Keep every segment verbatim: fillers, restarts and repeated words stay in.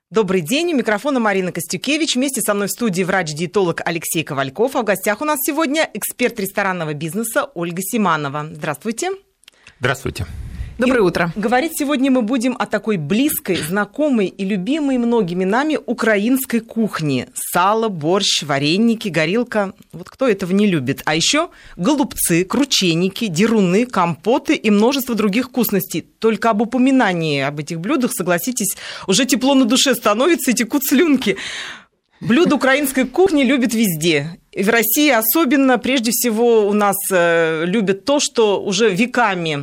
Добрый день, у микрофона Марина Костюкевич. Вместе со мной в студии врач-диетолог Алексей Ковальков. А в гостях у нас сегодня эксперт ресторанного бизнеса Ольга Симанова. Здравствуйте. Здравствуйте. Доброе утро. И говорить сегодня мы будем о такой близкой, знакомой и любимой многими нами украинской кухне. Сало, борщ, вареники, горилка. Вот кто этого не любит? А еще голубцы, крученики, деруны, компоты и множество других вкусностей. Только об упоминании об этих блюдах, согласитесь, уже тепло на душе становится и текут слюнки. Блюда украинской кухни любят везде. И в России особенно, прежде всего, у нас э, любят то, что уже веками...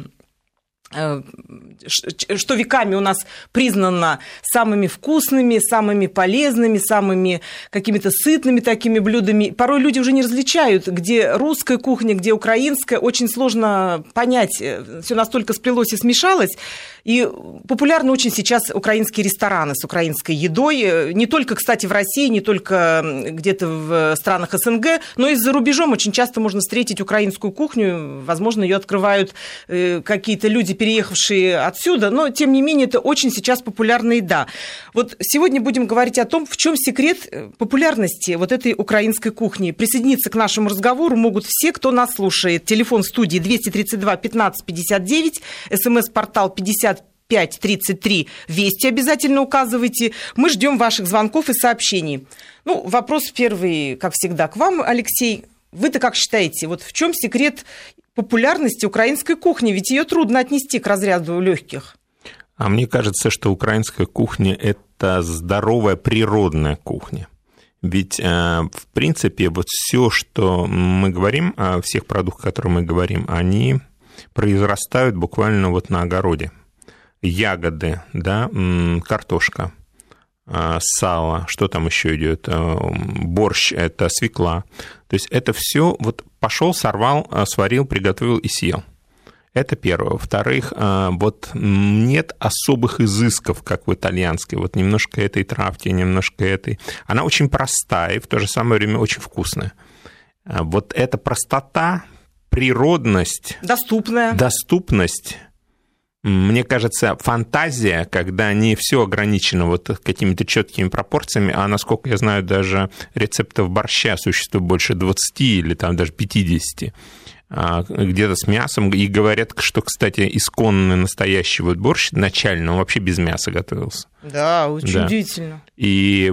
что веками у нас признано самыми вкусными, самыми полезными, самыми какими-то сытными такими блюдами. Порой люди уже не различают, где русская кухня, где украинская. Очень сложно понять, все настолько сплелось и смешалось. И популярны очень сейчас украинские рестораны с украинской едой. Не только, кстати, в России, не только где-то в странах СНГ, но и за рубежом очень часто можно встретить украинскую кухню. Возможно, ее открывают какие-то люди, переехавшие отсюда, но, тем не менее, это очень сейчас популярная еда. Вот сегодня будем говорить о том, в чем секрет популярности вот этой украинской кухни. Присоединиться к нашему разговору могут все, кто нас слушает. Телефон студии двести тридцать два пятнадцать пятьдесят девять, смс-портал пятьдесят пять тридцать три, Вести обязательно указывайте. Мы ждем ваших звонков и сообщений. Ну, вопрос первый, как всегда, к вам, Алексей. Вы-то как считаете, вот в чем секрет популярности украинской кухни? Ведь ее трудно отнести к разряду легких. А мне кажется, что украинская кухня – это здоровая природная кухня. Ведь, в принципе, вот все, что мы говорим, о всех продуктах, о которых мы говорим, они произрастают буквально вот на огороде. Ягоды, да, картошка, сало, что там еще идет, борщ, это свекла. То есть это все вот пошел, сорвал, сварил, приготовил и съел. Это первое. Во-вторых, вот нет особых изысков, как в итальянской. Вот немножко этой травки, немножко этой. Она очень простая и в то же самое время очень вкусная. Вот эта простота, природность, доступная, доступность. Мне кажется, фантазия, когда не все ограничено вот какими-то четкими пропорциями, а, насколько я знаю, даже рецептов борща существует больше двадцати или там даже пятидесяти, где-то с мясом. И говорят, что, кстати, исконный настоящий вот борщ начально, он вообще без мяса готовился. Да, очень да. удивительно. И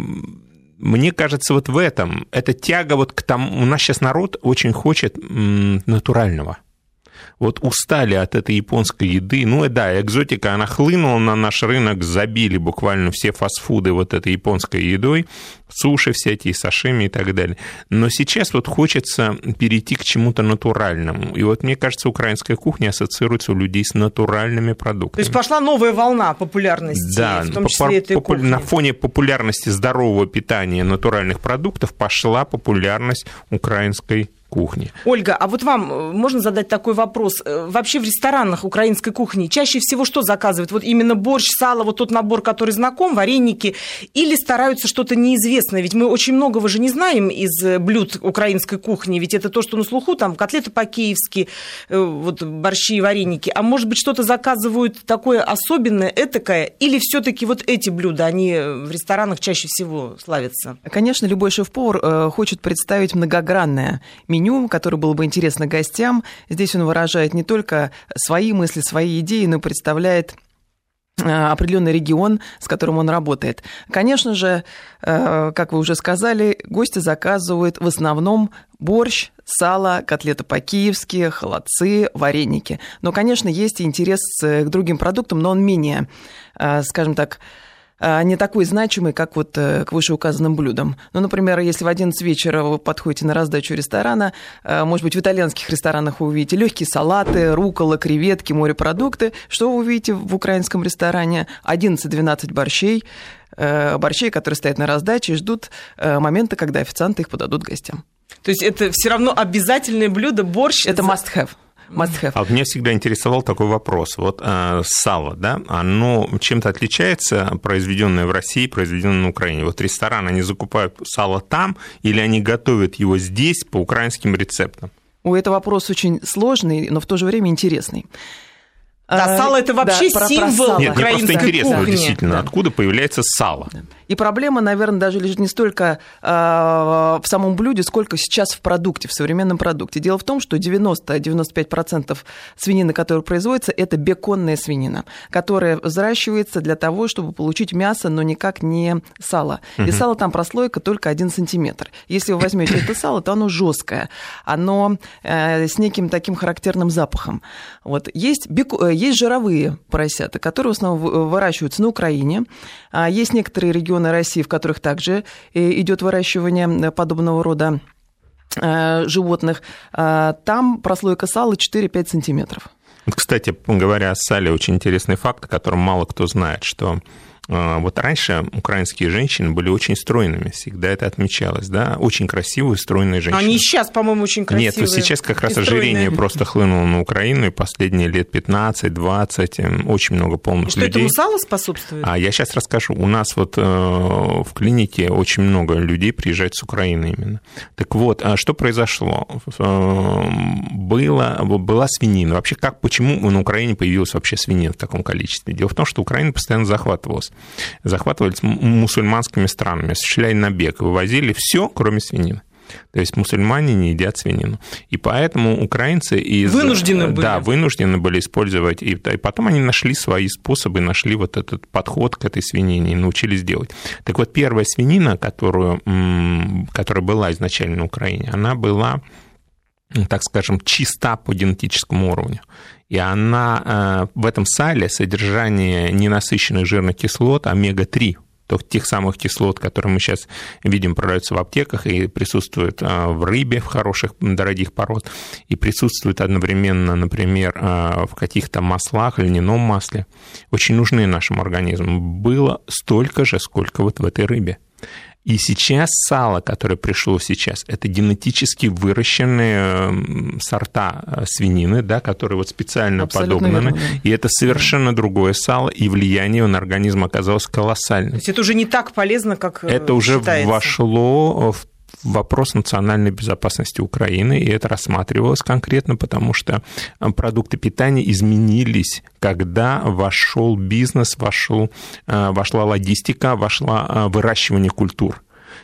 мне кажется, вот в этом, эта тяга вот к тому, у нас сейчас народ очень хочет натурального. Вот устали от этой японской еды. Ну, да, экзотика, она хлынула на наш рынок, забили буквально все фастфуды вот этой японской едой, суши всякие, сашими и так далее. Но сейчас вот хочется перейти к чему-то натуральному. И вот, мне кажется, украинская кухня ассоциируется у людей с натуральными продуктами. То есть пошла новая волна популярности, да, в том числе этой кухни. На фоне популярности здорового питания натуральных продуктов пошла популярность украинской кухни. Ольга, а вот вам можно задать такой вопрос? Вообще в ресторанах украинской кухни чаще всего что заказывают? Вот именно борщ, сало, вот тот набор, который знаком, вареники, или стараются что-то неизвестное? Ведь мы очень многого же не знаем из блюд украинской кухни, ведь это то, что на слуху, там котлеты по-киевски, вот борщи и вареники. А может быть, что-то заказывают такое особенное, этакое, или все-таки вот эти блюда, они в ресторанах чаще всего славятся? Конечно, любой шеф-повар хочет представить многогранное меню, которое было бы интересно гостям. Здесь он выражает не только свои мысли, свои идеи, но и представляет определенный регион, с которым он работает. Конечно же, как вы уже сказали, гости заказывают в основном борщ, сало, котлеты по-киевски, холодцы, вареники. Но, конечно, есть и интерес к другим продуктам, но он менее, скажем так, не такой значимый, как вот к вышеуказанным блюдам. Ну, например, если в одиннадцать вечера вы подходите на раздачу ресторана, может быть, в итальянских ресторанах вы увидите легкие салаты, руккола, креветки, морепродукты. Что вы увидите в украинском ресторане? одиннадцать-двенадцать борщей, борщей, которые стоят на раздаче и ждут момента, когда официанты их подадут гостям. То есть это все равно обязательное блюдо, борщ? Это must-have. А меня всегда интересовал такой вопрос. Вот э, сало, да, оно чем-то отличается, произведенное в России, произведенное на Украине? Вот рестораны, они закупают сало там или они готовят его здесь по украинским рецептам? О, это вопрос очень сложный, но в то же время интересный. Да, сало – это вообще да, символ про, про Нет, мне просто интересно, кухни. действительно, да. откуда появляется сало. И проблема, наверное, даже лежит не столько э, в самом блюде, сколько сейчас в продукте, в современном продукте. Дело в том, что девяносто-девяносто пять процентов свинины, которая производится, это беконная свинина, которая взращивается для того, чтобы получить мясо, но никак не сало. И сало там прослойка только один сантиметр. Если вы возьмете это сало, то оно жесткое, оно э, с неким таким характерным запахом. Вот. Есть, беко... Есть жировые поросята, которые в основном выращиваются на Украине. Есть некоторые регионы России, в которых также идет выращивание подобного рода животных. Там прослойка сала четыре-пять сантиметров. Кстати, говоря о сале, очень интересный факт, о котором мало кто знает, что вот раньше украинские женщины были очень стройными, всегда это отмечалось, да, очень красивые, стройные женщины. Они и сейчас, по-моему, очень красивые. Нет, вот сейчас как раз ожирение просто хлынуло на Украину, и последние лет пятнадцать-двадцать очень много полных и что, людей. Что, этому сало способствует? А я сейчас расскажу. У нас вот в клинике очень много людей приезжает с Украины именно. Так вот, что произошло? Было, была свинина. Вообще, как, почему на Украине появилась вообще свинина в таком количестве? Дело в том, что Украина постоянно захватывалась. Захватывались мусульманскими странами, осуществляли набег, вывозили все, кроме свинины. То есть мусульмане не едят свинину. И поэтому украинцы... Из... Вынуждены были. Да, вынуждены были использовать. И, и потом они нашли свои способы, нашли вот этот подход к этой свинине и научились делать. Так вот, первая свинина, которую, которая была изначально на Украине, она была, так скажем, чиста по генетическому уровню. И она в этом сале содержание ненасыщенных жирных кислот омега три, тех самых кислот, которые мы сейчас видим, продаются в аптеках и присутствуют в рыбе, в хороших, дорогих пород, и присутствуют одновременно, например, в каких-то маслах, льняном масле, очень нужны нашему организму. Было столько же, сколько вот в этой рыбе. И сейчас сало, которое пришло сейчас, это генетически выращенные сорта свинины, да, которые вот специально Абсолютно подогнаны. Верно, да. И это совершенно другое сало, и влияние на организм оказалось колоссальным. То есть это уже не так полезно, как это уже считается. Вошло в вопрос национальной безопасности Украины, и это рассматривалось конкретно, потому что продукты питания изменились, когда вошел бизнес, вошел, вошла логистика, вошло выращивание культур.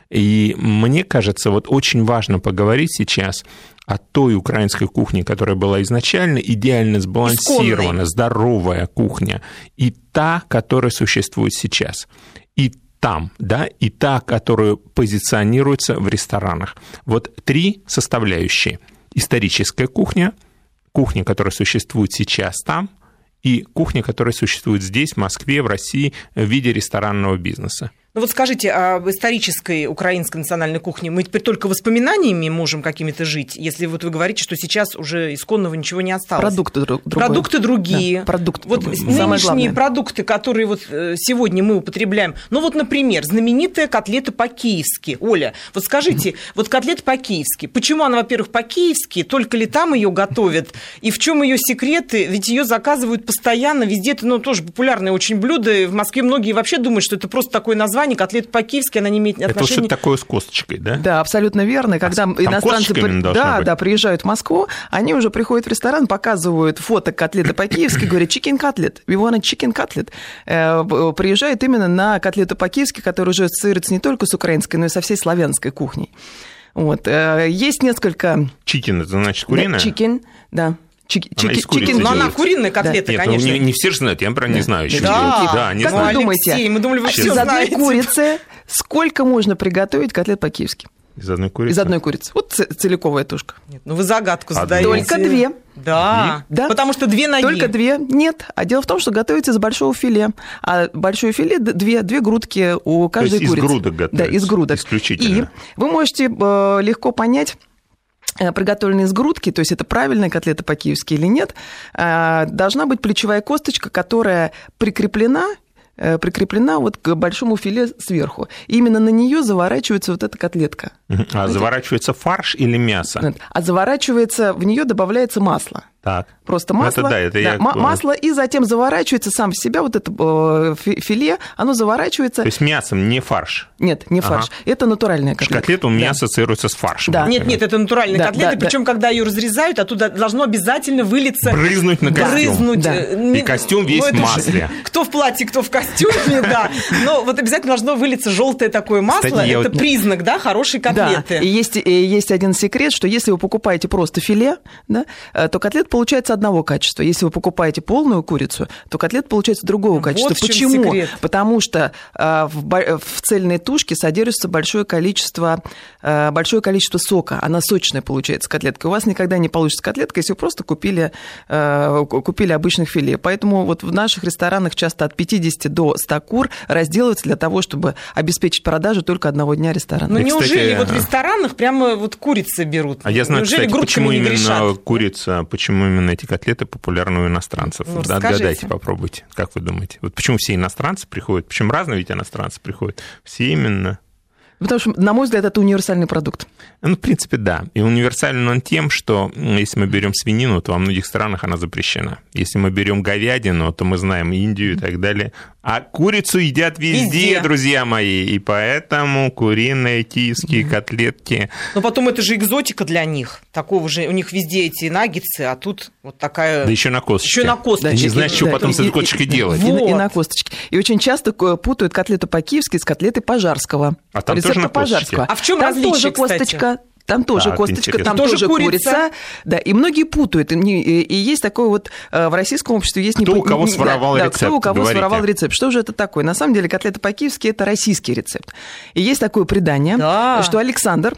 И мне кажется, вот очень важно поговорить сейчас о той украинской кухне, которая была изначально идеально сбалансирована, здоровая кухня, и та, которая существует сейчас. И там, да, и та, которая позиционируется в ресторанах. Вот три составляющие. Историческая кухня, кухня, которая существует сейчас там, и кухня, которая существует здесь, в Москве, в России, в виде ресторанного бизнеса. Ну вот скажите, об исторической украинской национальной кухне мы теперь только воспоминаниями можем какими-то жить, если вот вы говорите, что сейчас уже исконного ничего не осталось? Продукты другие. Продукты другие. Да, продукты вот другие. Нынешние продукты, которые вот сегодня мы употребляем, ну вот, например, знаменитая котлета по-киевски. Оля, вот скажите, вот котлета по-киевски, почему она, во-первых, по-киевски, только ли там ее готовят, и в чем ее секреты? Ведь ее заказывают постоянно, везде это, ну, тоже популярное очень блюдо, в Москве многие вообще думают, что это просто такое название, котлета по-киевски, она не имеет отношения... Это вот что-то такое с косточкой, да? Да, абсолютно верно. Когда а иностранцы при... да, да, приезжают в Москву, они уже приходят в ресторан, показывают фото котлеты по-киевски, говорят chicken cutlet, we want a chicken cutlet. Приезжают именно на котлету по-киевски, которая уже ассоциируется не только с украинской, но и со всей славянской кухней. Вот. Есть несколько... Chicken, это значит куриная? Да, chicken, да. Чики, она чики, чики, но она куриная котлета, да. конечно. Нет, ну, не, не все же знают, я, правда, да. не знаю еще. Да, да не как знаю. вы думаете, Алексей, мы думали, вы все из одной знаете. курицы сколько можно приготовить котлет по-киевски? Из одной курицы? Из одной курицы. Вот целиковая тушка. Нет, ну вы загадку Одну. задаете. Только две. Да. да, потому что две ноги. Только две. Нет. А дело в том, что готовится из большого филе. А большое филе две, две грудки у каждой То есть курицы. из грудок готовится? Да, из грудок. Исключительно. И вы можете э, легко понять, приготовленные из грудки, то есть это правильная котлета по-киевски или нет, должна быть плечевая косточка, которая прикреплена, прикреплена вот к большому филе сверху. И именно на нее заворачивается вот эта котлетка. А Знаете? Заворачивается фарш или мясо? А заворачивается, в нее добавляется масло. Так. Просто масло, это, да, это да, я... масло, и затем заворачивается сам в себя, вот это э, филе, оно заворачивается. То есть мясом, не фарш? Нет, не фарш, ага. это натуральная котлета. Котлета у меня да. ассоциируется с фаршем. Да. Нет, нет, это натуральная да, котлета, да, причем, да. когда ее разрезают, оттуда должно обязательно вылиться... Брызнуть на костюм. Брызнуть. Да. И костюм весь в масле. Кто в платье, кто в костюме, да. Но вот обязательно должно вылиться желтое такое масло, это признак, да, хорошей котлеты. И есть один секрет, что если вы покупаете просто филе, то котлета получается одного качества. Если вы покупаете полную курицу, то котлета получается другого вот качества. Почему? Секрет. Потому что э, в, в цельной тушке содержится большое количество, э, большое количество сока. Она сочная получается котлетка. У вас никогда не получится котлетка, если вы просто купили, э, купили обычных филе. Поэтому вот в наших ресторанах часто от пятидесяти до ста кур разделываются для того, чтобы обеспечить продажу только одного дня ресторана. Ну неужели кстати, вот в ресторанах прямо вот курицы берут? А я знаю, неужели кстати, почему именно грешат? Курица, почему именно эти котлеты популярны у иностранцев? Ну, отгадайте, попробуйте. Как вы думаете? Вот почему все иностранцы приходят? Причем разные ведь иностранцы приходят. Все именно... Потому что, на мой взгляд, это универсальный продукт. Ну, в принципе, да. И универсален он тем, что если мы берем свинину, то во многих странах она запрещена. Если мы берем говядину, то мы знаем Индию и так далее. А курицу едят везде, везде. друзья мои. И поэтому куриные киевские mm-hmm. котлетки... Но потом это же экзотика для них. Такого же, у них везде эти наггетсы, а тут вот такая... Да еще на косточке. Еще на косточке. Да, не знаешь, что да, потом и, с этой косточкой и, делать. Вот. И, и на косточке. И очень часто путают котлету по-киевски с котлетой Пожарского. А там тоже на Пожарского. А в чем там различие, тоже кстати? Косточка. Там тоже да, косточка, там тоже, тоже курица. курица. Да, и многие путают. И, и, и есть такое вот в российском обществе... Есть кто не, у кого не, своровал да, рецепт, да, кто у кого говорите. своровал рецепт. Что же это такое? На самом деле котлета по-киевски – это российский рецепт. И есть такое предание, да. что Александр...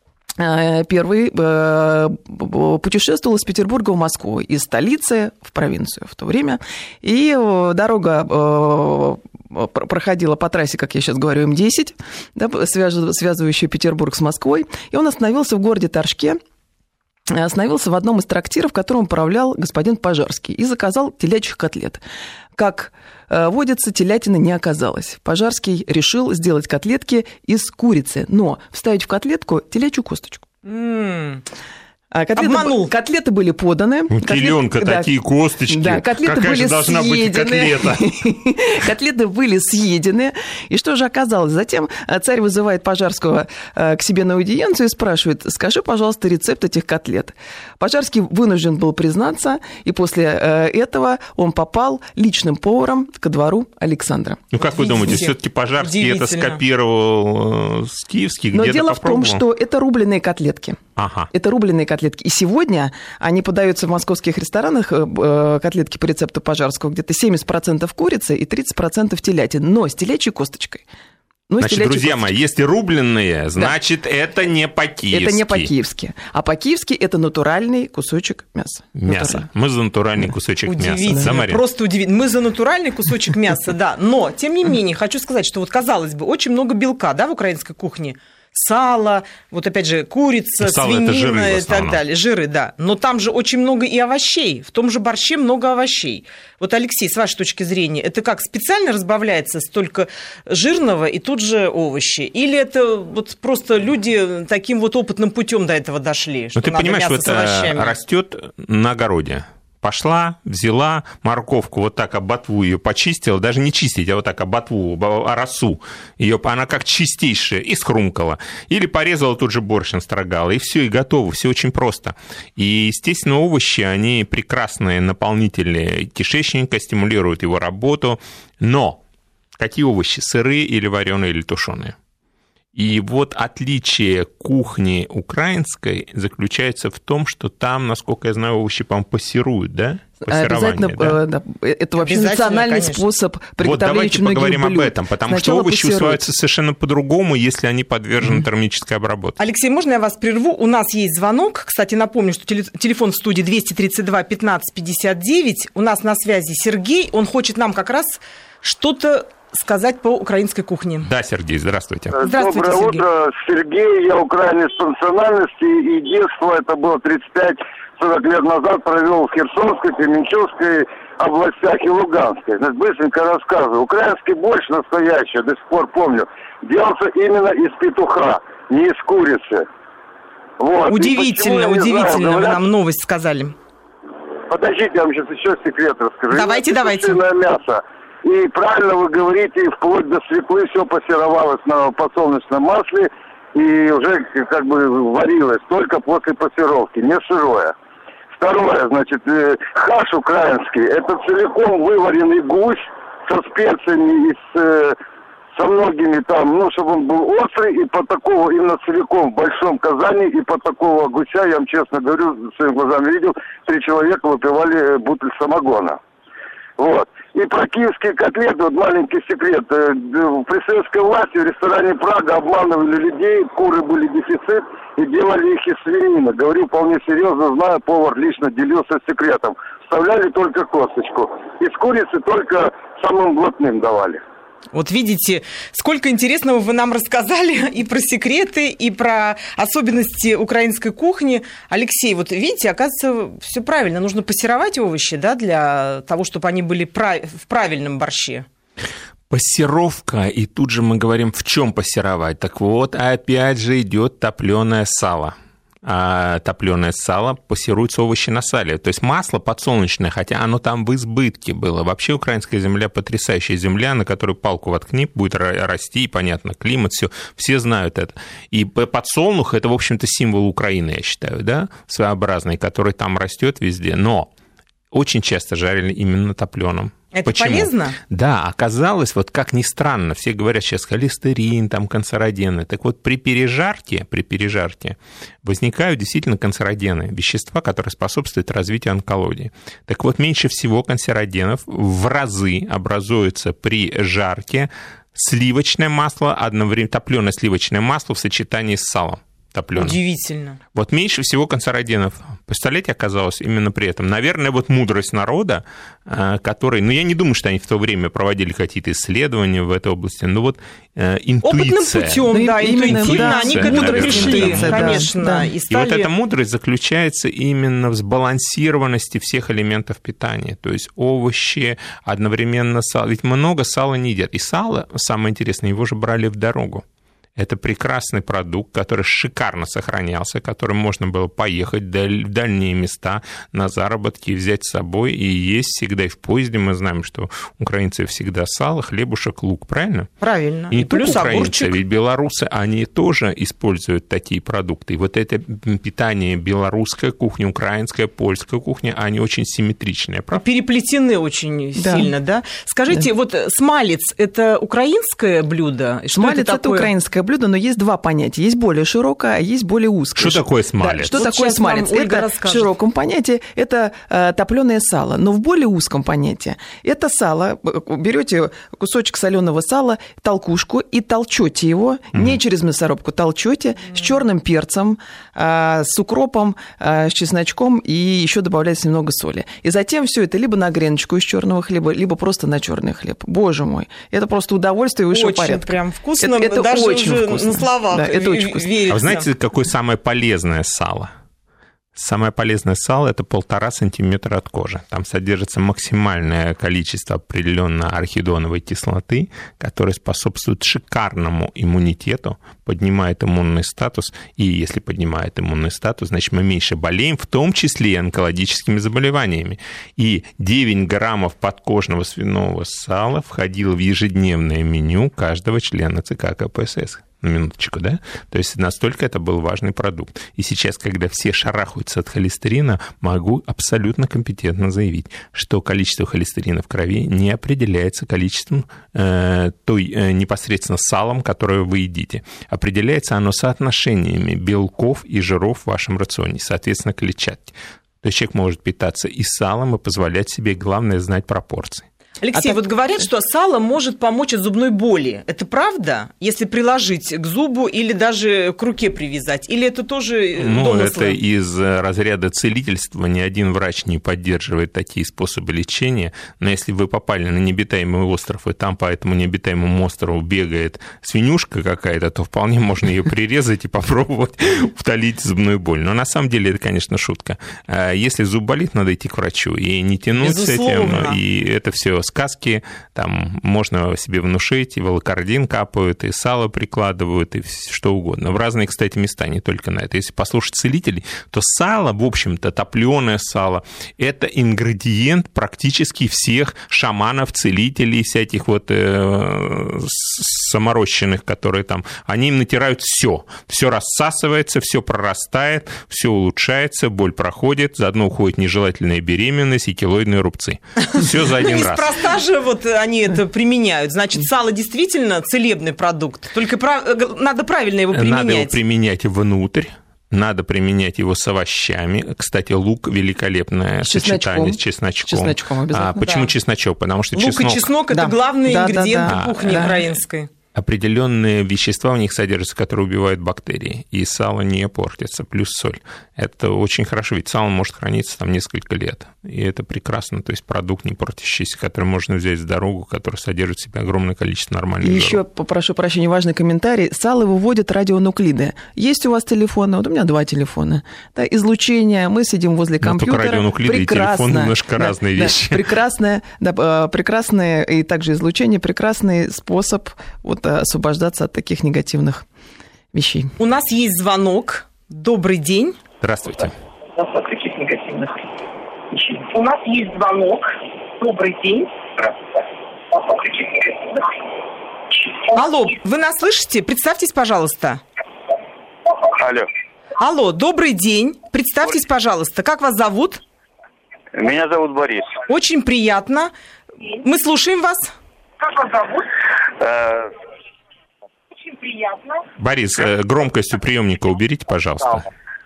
Первый путешествовал из Петербурга в Москву, из столицы в провинцию в то время, и дорога проходила по трассе, как я сейчас говорю, эм десять, да, связывающая Петербург с Москвой, и он остановился в городе Торжке, остановился в одном из трактиров, которым управлял господин Пожарский, и заказал телячьих котлет. Как водится, телятины не оказалось. Пожарский решил сделать котлетки из курицы, но вставить в котлетку телячью косточку. Mm. Котлеты, Обманул. Котлеты были поданы. У теленка да, такие косточки. Да, котлеты Какая были же должна съедены. быть котлета? Котлеты были съедены. И что же оказалось? Затем царь вызывает Пожарского к себе на аудиенцию и спрашивает: скажи, пожалуйста, рецепт этих котлет. Пожарский вынужден был признаться, и после этого он попал личным поваром ко двору Александра. Ну, как вы думаете, все-таки Пожарский это скопировал с киевских? Но дело в том, что это рубленые котлетки. Ага. Это рубленые котлетки. И сегодня они подаются в московских ресторанах, котлетки по рецепту Пожарского, где-то семьдесят процентов курицы и тридцать процентов телятины, но с телячьей косточкой. Ну, значит, друзья косточкой. мои, если рубленные, значит, да. это не по-киевски. Это не по-киевски. А по-киевски это натуральный кусочек мяса. Мясо. Натуральный. Мы за натуральный кусочек удивительно. мяса. Да, просто удивительно. Мы за натуральный кусочек мяса, да. Но, тем не менее, хочу сказать, что вот, казалось бы, очень много белка, да, в украинской кухне. Сало, вот опять же, курица, сало свинина и так далее. Жиры, да. Но там же очень много и овощей. В том же борще много овощей. Вот, Алексей, с вашей точки зрения, это как, специально разбавляется столько жирного и тут же овощи? Или это вот просто люди таким вот опытным путем до этого дошли? Что Но ты надо понимаешь, мясо что это растет на огороде. Пошла, взяла морковку, вот так об ботву ее почистила, даже не чистить, а вот так об ботву, об росу, ее, она как чистейшая, и схрумкала. Или порезала, тут же борщ настрогала, и все, и готово, все очень просто. И, естественно, овощи, они прекрасные наполнители кишечника, стимулируют его работу. Но какие овощи, сырые или вареные, или тушеные? И вот отличие кухни украинской заключается в том, что там, насколько я знаю, овощи, по-моему, пассируют, да? Обязательно, да? Да, это вообще национальный конечно. способ приготовления. Вот давайте поговорим блюд. об этом, потому Сначала что овощи пассируют. усваиваются совершенно по-другому, если они подвержены mm-hmm. термической обработке. Алексей, можно я вас прерву? У нас есть звонок. Кстати, напомню, что телефон в студии двести тридцать два пятнадцать пятьдесят девять. У нас на связи Сергей. Он хочет нам как раз что-то сказать по украинской кухне. Да, Сергей, здравствуйте. Здравствуйте, Доброе Сергей. утро, Сергей. Я украинец по национальности, и детство, это было тридцать пять сорок лет назад, провел в Херсонской, Кременчугской областях и Луганской. Значит, быстренько рассказываю. Украинский борщ настоящий, до сих пор помню, делался именно из петуха, не из курицы. Вот. Удивительно, удивительно, вы нам новость сказали. Подождите, я вам сейчас еще секрет расскажу. Давайте, давайте. Петушиное мясо. И правильно вы говорите, вплоть до свеклы все пассеровалось на подсолнечном масле и уже как бы варилось только после пассировки, не сырое. Второе, значит, хаш украинский, это целиком вываренный гусь со специями и с, со многими там, ну, чтобы он был острый, и по такого именно целиком в большом казане, и по такого гуся, я вам честно говорю, своими глазами видел, три человека выпивали бутыль самогона. Вот. И про киевские котлеты, вот маленький секрет. При советской власти в ресторане «Прага» обманывали людей, куры были дефицит, и делали их из свинины. Говорю вполне серьезно, знаю, повар лично делился секретом. Вставляли только косточку. Из курицы только самым блатным давали. Вот видите, сколько интересного вы нам рассказали и про секреты, и про особенности украинской кухни. Алексей, вот видите, оказывается, все правильно. Нужно пассеровать овощи, да, для того, чтобы они были в правильном борще. Пассеровка, и тут же мы говорим, в чем пассеровать. Так вот, опять же идет топленое сало. А топленое сало пассируются овощи на сале. То есть масло подсолнечное, хотя оно там в избытке было. Вообще украинская земля потрясающая земля, на которую палку воткни, будет расти, понятно, климат, все, все знают это. И подсолнух – это, в общем-то, символ Украины, я считаю, да, своеобразный, который там растет везде. Но очень часто жарили именно топленым. Это Почему? Полезно? Да, оказалось, вот как ни странно, все говорят сейчас холестерин, там канцерогены. Так вот, при пережарке, при пережарке возникают действительно канцерогены, вещества, которые способствуют развитию онкологии. Так вот, меньше всего канцерогенов в разы образуется при жарке сливочное масло, одновременно топленое сливочное масло в сочетании с салом. Топлёным. Удивительно. Вот меньше всего канцерогенов, представляете, оказалось именно при этом. Наверное, вот мудрость народа, который, ну, я не думаю, что они в то время проводили какие-то исследования в этой области, но вот интуиция. Опытным путем, да, интуитивно да, они к этому пришли, да, конечно. Да. И, стали... и вот эта мудрость заключается именно в сбалансированности всех элементов питания, то есть овощи, одновременно сало. Ведь много сала не едят. И сало, самое интересное, его же брали в дорогу. Это прекрасный продукт, который шикарно сохранялся, которым можно было поехать в дальние места на заработки, взять с собой и есть всегда. И в поезде мы знаем, что украинцы всегда сало, хлебушек, лук, правильно? Правильно. И не плюс только украинцы, огурчик. Ведь белорусы, они тоже используют такие продукты. И вот это питание, белорусская кухня, украинская, польская кухня, они очень симметричные, правда? Переплетены очень да. сильно, да? Скажите, да. вот смалец – это украинское блюдо? Что смалец – это, это украинское блюдо, но есть два понятия. Есть более широкое, а есть более узкое. Что такое смалец? Да, что вот такое смалец? Это расскажет. в широком понятии это э, топленое сало, но в более узком понятии это сало. Берете кусочек соленого сала, толкушку и толчете его, mm-hmm. не через мясорубку, толчете mm-hmm. с черным перцем, э, с укропом, э, с чесночком и еще добавляется немного соли. И затем все это либо на греночку из черного хлеба, либо просто на черный хлеб. Боже мой, это просто удовольствие высшего очень порядка. Прям вкусно. Это, это даже очень уже вкусно. На словах да, это очень вкусно. Верится. А вы знаете, какое самое полезное сало? Самое полезное сало – это полтора сантиметра от кожи. Там содержится максимальное количество определенной арахидоновой кислоты, которая способствует шикарному иммунитету, поднимает иммунный статус. И если поднимает иммунный статус, значит, мы меньше болеем, в том числе и онкологическими заболеваниями. И девять граммов подкожного свиного сала входило в ежедневное меню каждого члена ЦК КПСС. На минуточку, да? То есть настолько это был важный продукт. И сейчас, когда все шарахаются от холестерина, могу абсолютно компетентно заявить, что количество холестерина в крови не определяется количеством э, той э, непосредственно салом, которое вы едите. Определяется оно соотношениями белков и жиров в вашем рационе, соответственно, клетчатки. То есть человек может питаться и салом, и позволять себе, главное, знать пропорции. Алексей, а вот так... говорят, что сало может помочь от зубной боли. Это правда? Если приложить к зубу или даже к руке привязать? Или это тоже ну, домыслы? Это из разряда целительства. Ни один врач не поддерживает такие способы лечения. Но если вы попали на необитаемый остров, и там по этому необитаемому острову бегает свинюшка какая-то, то вполне можно ее прирезать и попробовать утолить зубную боль. Но на самом деле это, конечно, шутка. Если зуб болит, надо идти к врачу и не тянуть с этим. И это все сказки, там можно себе внушить, и волокордин капают, и сало прикладывают, и что угодно. В разные, кстати, места, не только на это. Если послушать целителей, то сало, в общем-то, топлёное сало, это ингредиент практически всех шаманов, целителей, всяких вот э, саморощенных, которые там, они им натирают все, все рассасывается, все прорастает, все улучшается, боль проходит, заодно уходит нежелательная беременность и килоидные рубцы. Все за один раз. Неспроста же вот они это применяют. Значит, сало действительно целебный продукт, только надо правильно его применять. Надо его применять внутрь. Надо применять его с овощами. Кстати, лук – великолепное с сочетание с чесночком. Чесночком обязательно. А почему да. чесночок? Потому что лук чеснок... и чеснок – да. это главные да, ингредиенты да, да. кухни да. украинской. Определенные вещества в них содержатся, которые убивают бактерии, и сало не портится, плюс соль. Это очень хорошо, ведь сало может храниться там несколько лет, и это прекрасно, то есть продукт не портящийся, который можно взять в дорогу, который содержит в себе огромное количество нормальных жиров. Еще попрошу прощения, важный комментарий. Сало выводит радионуклиды. Есть у вас телефоны? Вот у меня два телефона. Да, излучение, мы сидим возле компьютера. Но только радионуклиды и телефон немножко да, разные да, вещи. Прекрасное, да, прекрасное, и также излучение, прекрасный способ вот, освобождаться от таких негативных вещей. У нас есть звонок. Добрый день. Здравствуйте. От таких негативных вещей. У нас есть звонок. Добрый день. Здравствуйте. От таких негативных вещей. Алло, вы нас слышите? Представьтесь, пожалуйста. Алло. Алло, добрый день. Представьтесь, пожалуйста. Как вас зовут? Меня зовут Борис. Очень приятно. Мы слушаем вас. Как вас зовут? Э, Очень приятно. Борис, громкость у приемника уберите, пожалуйста.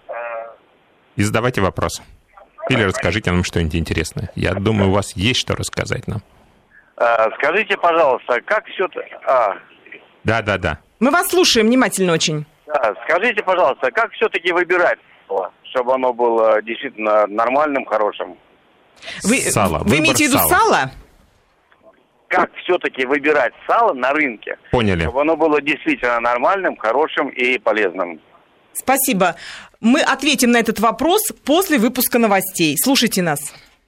И задавайте вопрос. Или расскажите нам что-нибудь интересное. Я думаю, у вас есть что рассказать нам. э, скажите, пожалуйста, как все-таки... А, Да-да-да. Мы вас слушаем внимательно очень. да, скажите, пожалуйста, как все-таки выбирать, чтобы оно было действительно нормальным, хорошим? Вы, Сало. вы Выбор имеете в виду сала. сало? Как все-таки выбирать сало на рынке, Поняли. чтобы оно было действительно нормальным, хорошим и полезным? Спасибо. Мы ответим на этот вопрос после выпуска новостей. Слушайте нас.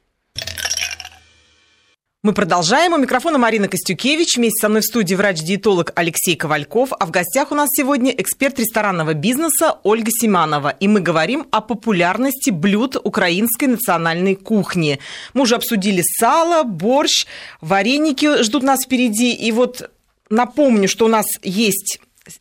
Мы продолжаем. У микрофона Марина Костюкевич. Вместе со мной в студии врач-диетолог Алексей Ковальков. А в гостях у нас сегодня эксперт ресторанного бизнеса Ольга Симанова. И мы говорим о популярности блюд украинской национальной кухни. Мы уже обсудили сало, борщ, вареники ждут нас впереди. И вот напомню, что у нас есть...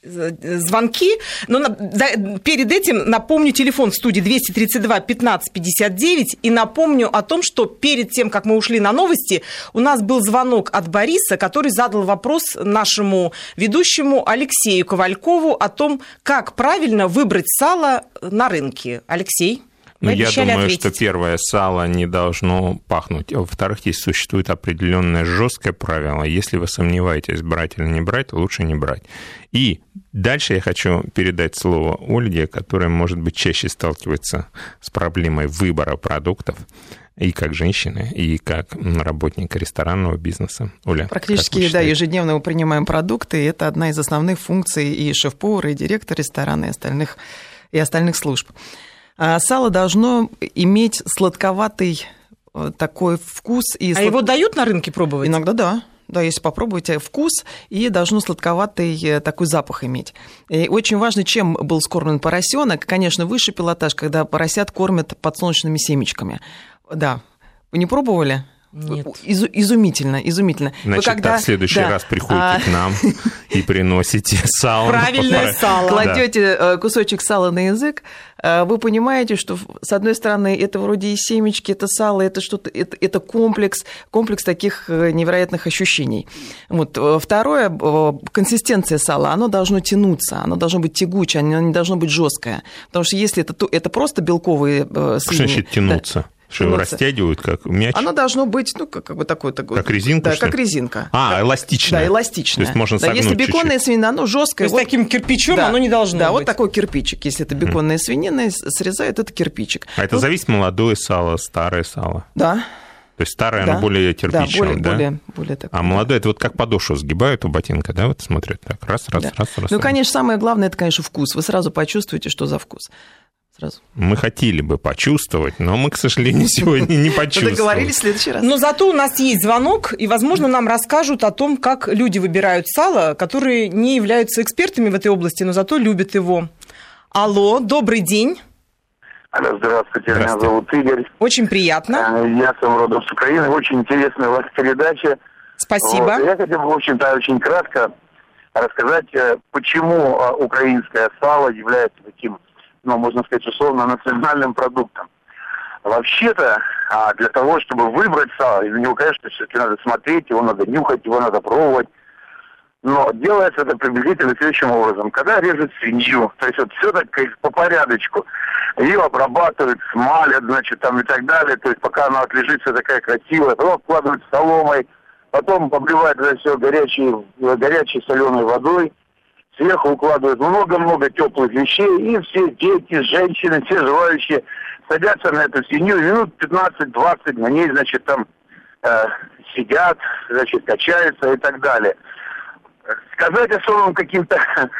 звонки, но на, да, перед этим напомню телефон в студии двести тридцать два пятнадцать пятьдесят девять и напомню о том, что перед тем, как мы ушли на новости, у нас был звонок от Бориса, который задал вопрос нашему ведущему Алексею Ковалькову о том, как правильно выбрать сало на рынке. Алексей? Ну, я думаю, ответить. что первое, сало не должно пахнуть. А во-вторых, здесь существует определенное жесткое правило. Если вы сомневаетесь, брать или не брать, лучше не брать. И дальше я хочу передать слово Ольге, которая, может быть, чаще сталкивается с проблемой выбора продуктов и как женщина, и как работник ресторанного бизнеса. Оля, практически, да, ежедневно мы принимаем продукты, и это одна из основных функций и шеф-повара, и директора ресторана, и остальных, и остальных служб. Сало должно иметь сладковатый такой вкус. И а слад... его дают на рынке пробовать? Иногда да. Да, если попробуете, вкус, и должно сладковатый такой запах иметь. И очень важно, чем был скормлен поросенок. Конечно, высший пилотаж, когда поросят кормят подсолнечными семечками. Да. Вы не пробовали? Нет. Из, изумительно, изумительно. Значит, вы когда, так в следующий да, раз приходите а... к нам и приносите сало. Правильное сало. Кладете кусочек сала на язык, вы понимаете, что, с одной стороны, это вроде и семечки, это сало, это что-то, это, это комплекс, комплекс таких невероятных ощущений. Вот. Второе, консистенция сала, оно должно тянуться, оно должно быть тягучее, оно не должно быть жесткое. Потому что если это, это просто белковые свиньи... Что значит тянуться? Да. Что его растягивают, как мяч? Оно должно быть, ну, как, как бы такое... такое как резинка, Да, что ли? как резинка. А, как, эластичная. Да, эластичная. То есть можно согнуть да, если беконная чуть-чуть. свинина, оно жесткое. То есть вот, таким кирпичом да, оно не должно да, быть. Да, вот такой кирпичик. Если это беконная mm. свинина, срезают, это кирпичик. А это ну, зависит молодое сало, старое сало? Да. То есть старое, да. оно более терпичное, да? Более, да? Более, более такое, а молодое, это вот как подошву сгибают у ботинка, да, вот смотрят так, раз, раз, да. раз, раз. Ну, конечно, самое главное, это, конечно, вкус. Вы сразу почувствуете, что за вкус. сразу. Мы хотели бы почувствовать, но мы, к сожалению, сегодня не почувствовали. Договорились в следующий раз. Но зато у нас есть звонок, и, возможно, нам расскажут о том, как люди выбирают сало, которые не являются экспертами в этой области, но зато любят его. Алло, добрый день. Алло, здравствуйте, Здравствуйте. меня зовут Игорь. Очень приятно. Я сам родом с Украины. Очень интересная у вас передача. Спасибо. Вот. Я хотел бы, в общем-то, очень кратко рассказать, почему украинское сало является таким, ну, можно сказать, условно, национальным продуктом. Вообще-то, для того, чтобы выбрать сало, из него, конечно, все-таки надо смотреть, его надо нюхать, его надо пробовать. Но делается это приблизительно следующим образом. Когда режут свинью, то есть вот все так по порядочку, ее обрабатывают, смалят, значит, там и так далее, то есть пока она отлежится такая красивая, потом вкладывают соломой, потом обливают это все горячей, горячей соленой водой, сверху укладывают много-много теплых вещей, и все дети, женщины, все желающие садятся на эту свинью, минут пятнадцать-двадцать на ней, значит, там э, сидят, значит, качаются и так далее. Сказать особым каким-то,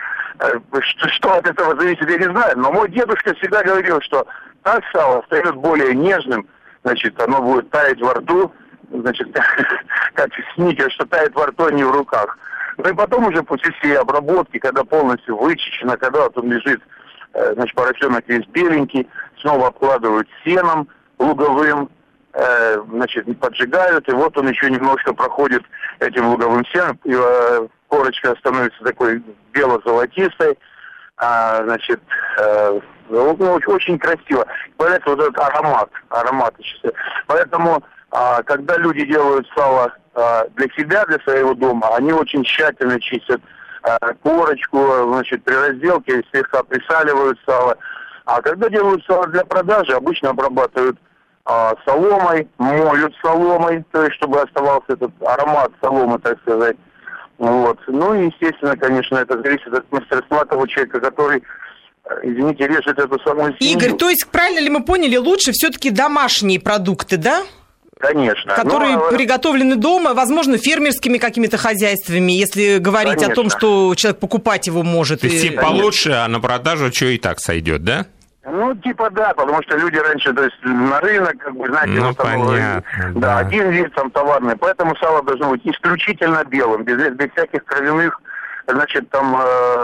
что, что от этого зависит, я не знаю, но мой дедушка всегда говорил, что так сало станет более нежным, значит, оно будет таять во рту, значит, как сникерс, что тает во рту, а не в руках. Ну и потом уже после всей обработки, когда полностью вычищено, когда вот он лежит, значит, поросенок весь беленький, снова обкладывают сеном луговым, значит, поджигают, и вот он еще немножко проходит этим луговым сеном, и корочка становится такой бело-золотистой, а, значит, э, ну, очень красиво. Поэтому вот этот аромат, аромат. Поэтому, а, когда люди делают сало а, для себя, для своего дома, они очень тщательно чистят а, корочку, значит, при разделке слегка присаливают сало. А когда делают сало для продажи, обычно обрабатывают а, соломой, моют соломой, то есть чтобы оставался этот аромат соломы, так сказать. Вот. Ну и, естественно, конечно, это зависит от мастерства того человека, который, извините, режет эту самую свинью. Игорь, то есть, правильно ли мы поняли, лучше все-таки домашние продукты, да? Конечно. Которые ну, приготовлены дома, возможно, фермерскими какими-то хозяйствами, если говорить конечно. О том, что человек покупать его может. То есть, и... получше, а на продажу что и так сойдет, да? Ну, типа да, потому что люди раньше, то есть на рынок, как бы, знаете, ну, вот, там, понятно, да, да, один вид там товарный, поэтому сало должно быть исключительно белым, без, без всяких кровяных, значит, там...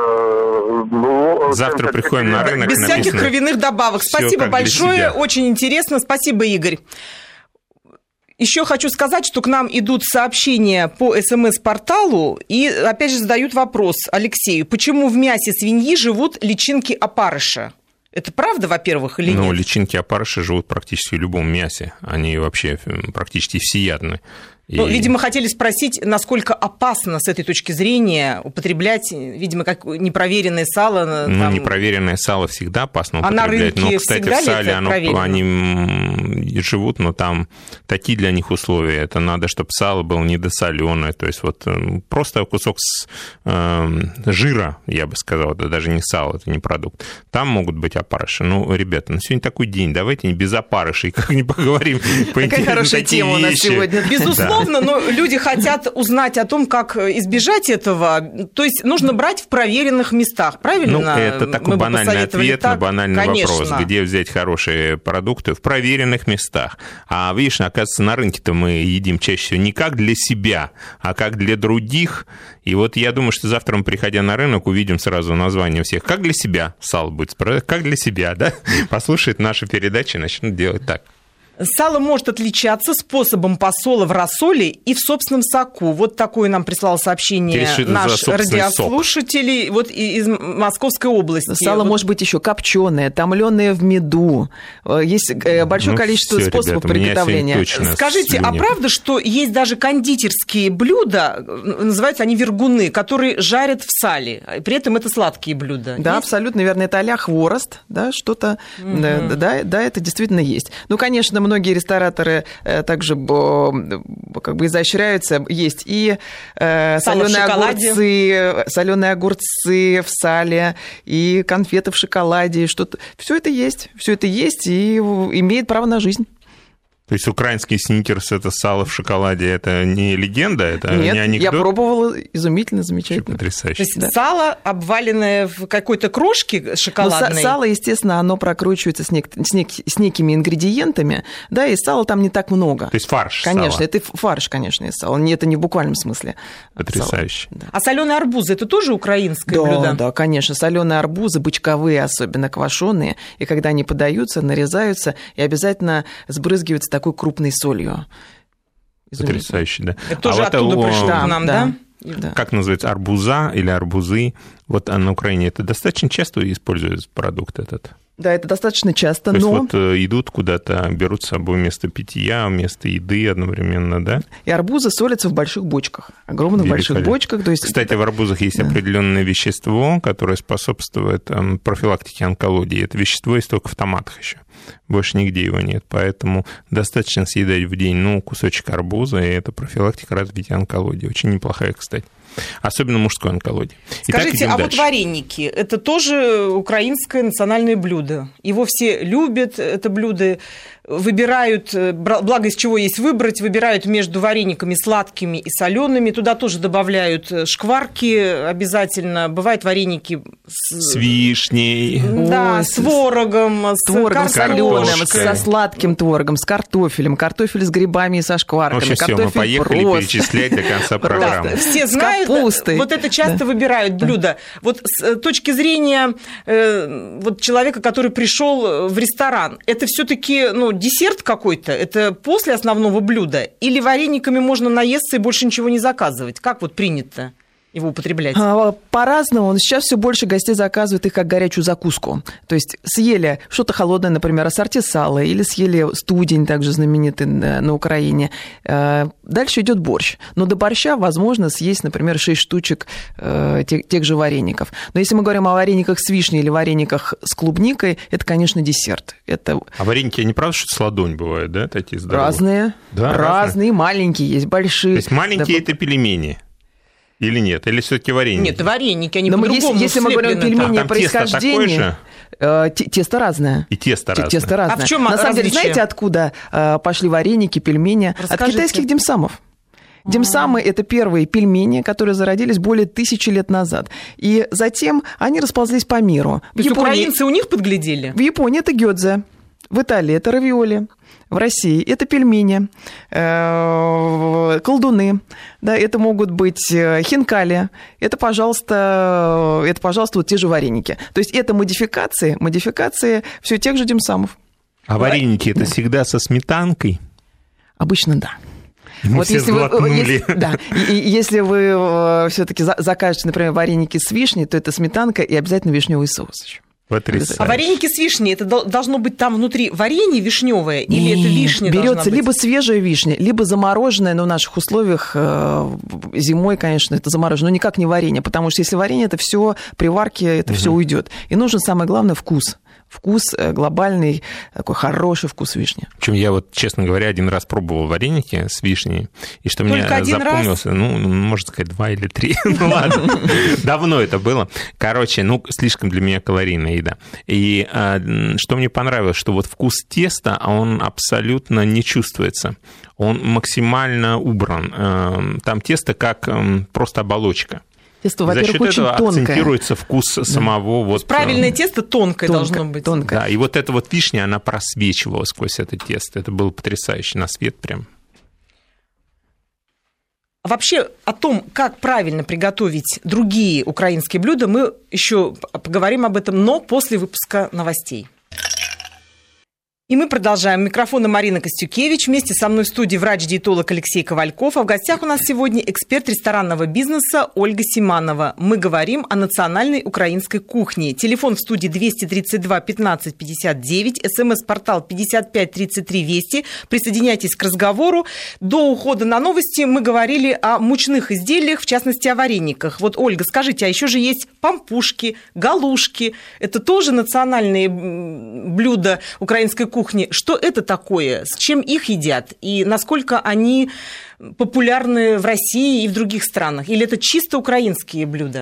Э, Завтра приходим на рынок. Без всяких кровяных добавок. Спасибо большое, очень интересно. Спасибо, Игорь. Еще хочу сказать, что к нам идут сообщения по СМС-порталу и, опять же, задают вопрос Алексею. Почему в мясе свиньи живут личинки опарыша? Это правда, во-первых, или ну, нет? Ну, личинки опарыша живут практически в любом мясе. Они вообще практически всеядны. Ну, и... видимо, хотели спросить, насколько опасно с этой точки зрения употреблять, видимо, как непроверенное сало. Ну, там... непроверенное сало всегда опасно а употреблять. На рынке но, кстати, всегда в сале оно, они живут, но там такие для них условия. Это надо, чтобы сало было недосоленое. То есть вот просто кусок с, э, жира, я бы сказал, это даже не сало, это не продукт. Там могут быть опарыши. Ну, ребята, ну сегодня такой день, давайте не без опарышей, как не поговорим. Какая хорошая тема у нас сегодня. Безусловно. Но люди хотят узнать о том, как избежать этого. То есть нужно брать в проверенных местах, правильно? Ну, это такой Мы банальный ответ так? на банальный Конечно. вопрос. Где взять хорошие продукты? В проверенных местах. А видишь, оказывается, на рынке-то мы едим чаще всего не как для себя, а как для других. И вот я думаю, что завтра мы, приходя на рынок, увидим сразу название всех. Как для себя сало будет спрашивать? Как для себя, да? Послушают наши передачи и начнут делать так. Сало может отличаться способом посола в рассоле и в собственном соку. Вот такое нам прислал сообщение наш радиослушатель сок. Вот из Московской области. Сало вот. может быть еще копченое, томленое в меду. Есть большое ну, количество все, способов ребята, приготовления. Скажите, а правда, что есть даже кондитерские блюда, называются они вергуны, которые жарят в сале, при этом это сладкие блюда? Да, есть? абсолютно верно. Это а-ля хворост, да, что-то, угу. да, да, да, это действительно есть. Ну, конечно, многие рестораторы также как бы изощряются. Есть и э, соленые огурцы, соленые огурцы в сале, и конфеты в шоколаде, что-то. Все это есть, все это есть и имеет право на жизнь. То есть украинский сникерс – это сало в шоколаде, это не легенда, это Нет, не анекдот? я пробовала, изумительно, замечательно. Потрясающе. То есть Да. сало, обваленное в какой-то крошке шоколадной? Ну, сало, естественно, оно прокручивается с, нек- с, нек- с некими ингредиентами, да, и сала там не так много. То есть фарш Конечно, сала. это фарш, конечно, из сала. Это не в буквальном смысле. Потрясающе. Сала. Да. А соленые арбузы – это тоже украинское Да, блюдо? да, конечно. Соленые арбузы, бычковые, особенно квашеные, и когда они подаются, нарезаются и обязательно сбрызгиваются такой крупной солью. Потрясающе, да. Это тоже а оттуда вот, пришло да, к нам, да? да? Да. Как называется, арбуза или арбузы? Вот на Украине это достаточно часто используется продукт этот? Да, это достаточно часто, То но... есть вот э, идут куда-то, берут с собой вместо питья, вместо еды одновременно, да? И арбузы солятся в больших бочках, огромных больших бочках. То есть... Кстати, в арбузах есть Да. определенное вещество, которое способствует эм, профилактике онкологии. Это вещество есть только в томатах еще. Больше нигде его нет. Поэтому достаточно съедать в день, ну, кусочек арбуза, и это профилактика развития онкологии. Очень неплохая, кстати. Особенно мужской онкологии. Итак, Скажите, идем а дальше. вот вареники – это тоже украинское национальное блюдо? Его все любят, это блюдо, выбирают, благо из чего есть выбрать, выбирают между варениками сладкими и солеными. Туда тоже добавляют шкварки обязательно. Бывают вареники с, С вишней. да, Ой, с творогом, с, С творогом, с картошкой. соленым, со сладким творогом, с картофелем, картофель с грибами и со шкварками, Вообще все, мы картофель поехали просто. перечислять до конца программы. Да, все С знают, капустой. вот это часто Да. выбирают блюда. Вот с точки зрения э, вот человека, который пришел в ресторан, это все-таки ну, десерт какой-то, это после основного блюда, или варениками можно наесться и больше ничего не заказывать? Как вот принято его употреблять? А, По-разному. Сейчас все больше гостей заказывают их как горячую закуску. То есть съели что-то холодное, например, ассорти сала, или съели студень, также знаменитый на Украине. Дальше идет борщ. Но до борща возможно съесть, например, шесть штучек тех, тех же вареников. Но если мы говорим о варениках с вишней или варениках с клубникой, это, конечно, десерт. Это А вареники, они правда, что с ладонь бывают, да, такие здоровые? разные. Да, разные, разные. маленькие есть, большие. То есть маленькие Да, это пельмени? Или нет? Или все-таки вареники? Нет, вареники, они Но мы, по-другому если, если мы говорим слеплены. пельмени А там тесто такое происхождения, же? э, те- тесто разное. И тесто Те- разное. Тесто разное. А в чём На самом деле, различие? знаете, откуда э, пошли вареники, пельмени? От Расскажите. китайских димсамов. Димсамы – это первые пельмени, которые зародились более тысячи лет назад. И затем они расползлись по миру. В То есть Японии, украинцы у них подглядели? в Японии это гёдзе, в Италии это равиоли, в России это пельмени, э, колдуны, да, это могут быть э, хинкали, это, пожалуйста, это, пожалуйста, вот те же вареники. То есть это модификации, модификации все тех же димсамов. А вареники это всегда со сметанкой? Обычно да. Мы все если вы, сглотнули. если, да, и, и если вы все-таки закажете, например, вареники с вишней, то это сметанка и обязательно вишневый соус еще. Потрясающе. А вареники с вишней, это дол- должно быть там внутри варенье вишневое или это вишня должна Берется быть? либо свежая вишня, либо замороженная, но в наших условиях э, зимой, конечно, это замороженное, но никак не варенье, потому что если варенье, это все при варке, это все уйдет. И нужен самое главное вкус. Вкус э, глобальный, такой хороший вкус вишни. Причем я вот, честно говоря, один раз пробовал вареники с вишней, и что Только мне один запомнился, ну, можно сказать, два или три, ну ладно, давно это было. Короче, ну, слишком для меня калорийная еда. И а, что мне понравилось, что вот вкус теста, он абсолютно не чувствуется. Он максимально убран. Там тесто как просто оболочка. Тесто, За во-первых, счет очень этого тонкое. акцентируется вкус да. самого вот... Правильное тесто тонкое, Тонко, должно быть. Тонкое. Да, и вот эта вот вишня, она просвечивала сквозь это тесто. Это было потрясающе, на свет прям. Вообще о том, как правильно приготовить другие украинские блюда, мы еще поговорим об этом, но после выпуска новостей. И мы продолжаем. Микрофон Марина Костюкевич. Вместе со мной в студии врач-диетолог Алексей Ковальков. А в гостях у нас сегодня эксперт ресторанного бизнеса Ольга Симанова. Мы говорим о национальной украинской кухне. Телефон в студии двести тридцать два пятнадцать пятьдесят девять, смс-портал пятьдесят пять тридцать три Вести. Присоединяйтесь к разговору. До ухода на новости мы говорили о мучных изделиях, в частности, о варениках. Вот, Ольга, скажите, а еще же есть пампушки, галушки. Это тоже национальные блюда украинской кухни. Кухни. Что это такое? С чем их едят? И насколько они популярны в России и в других странах? Или это чисто украинские блюда?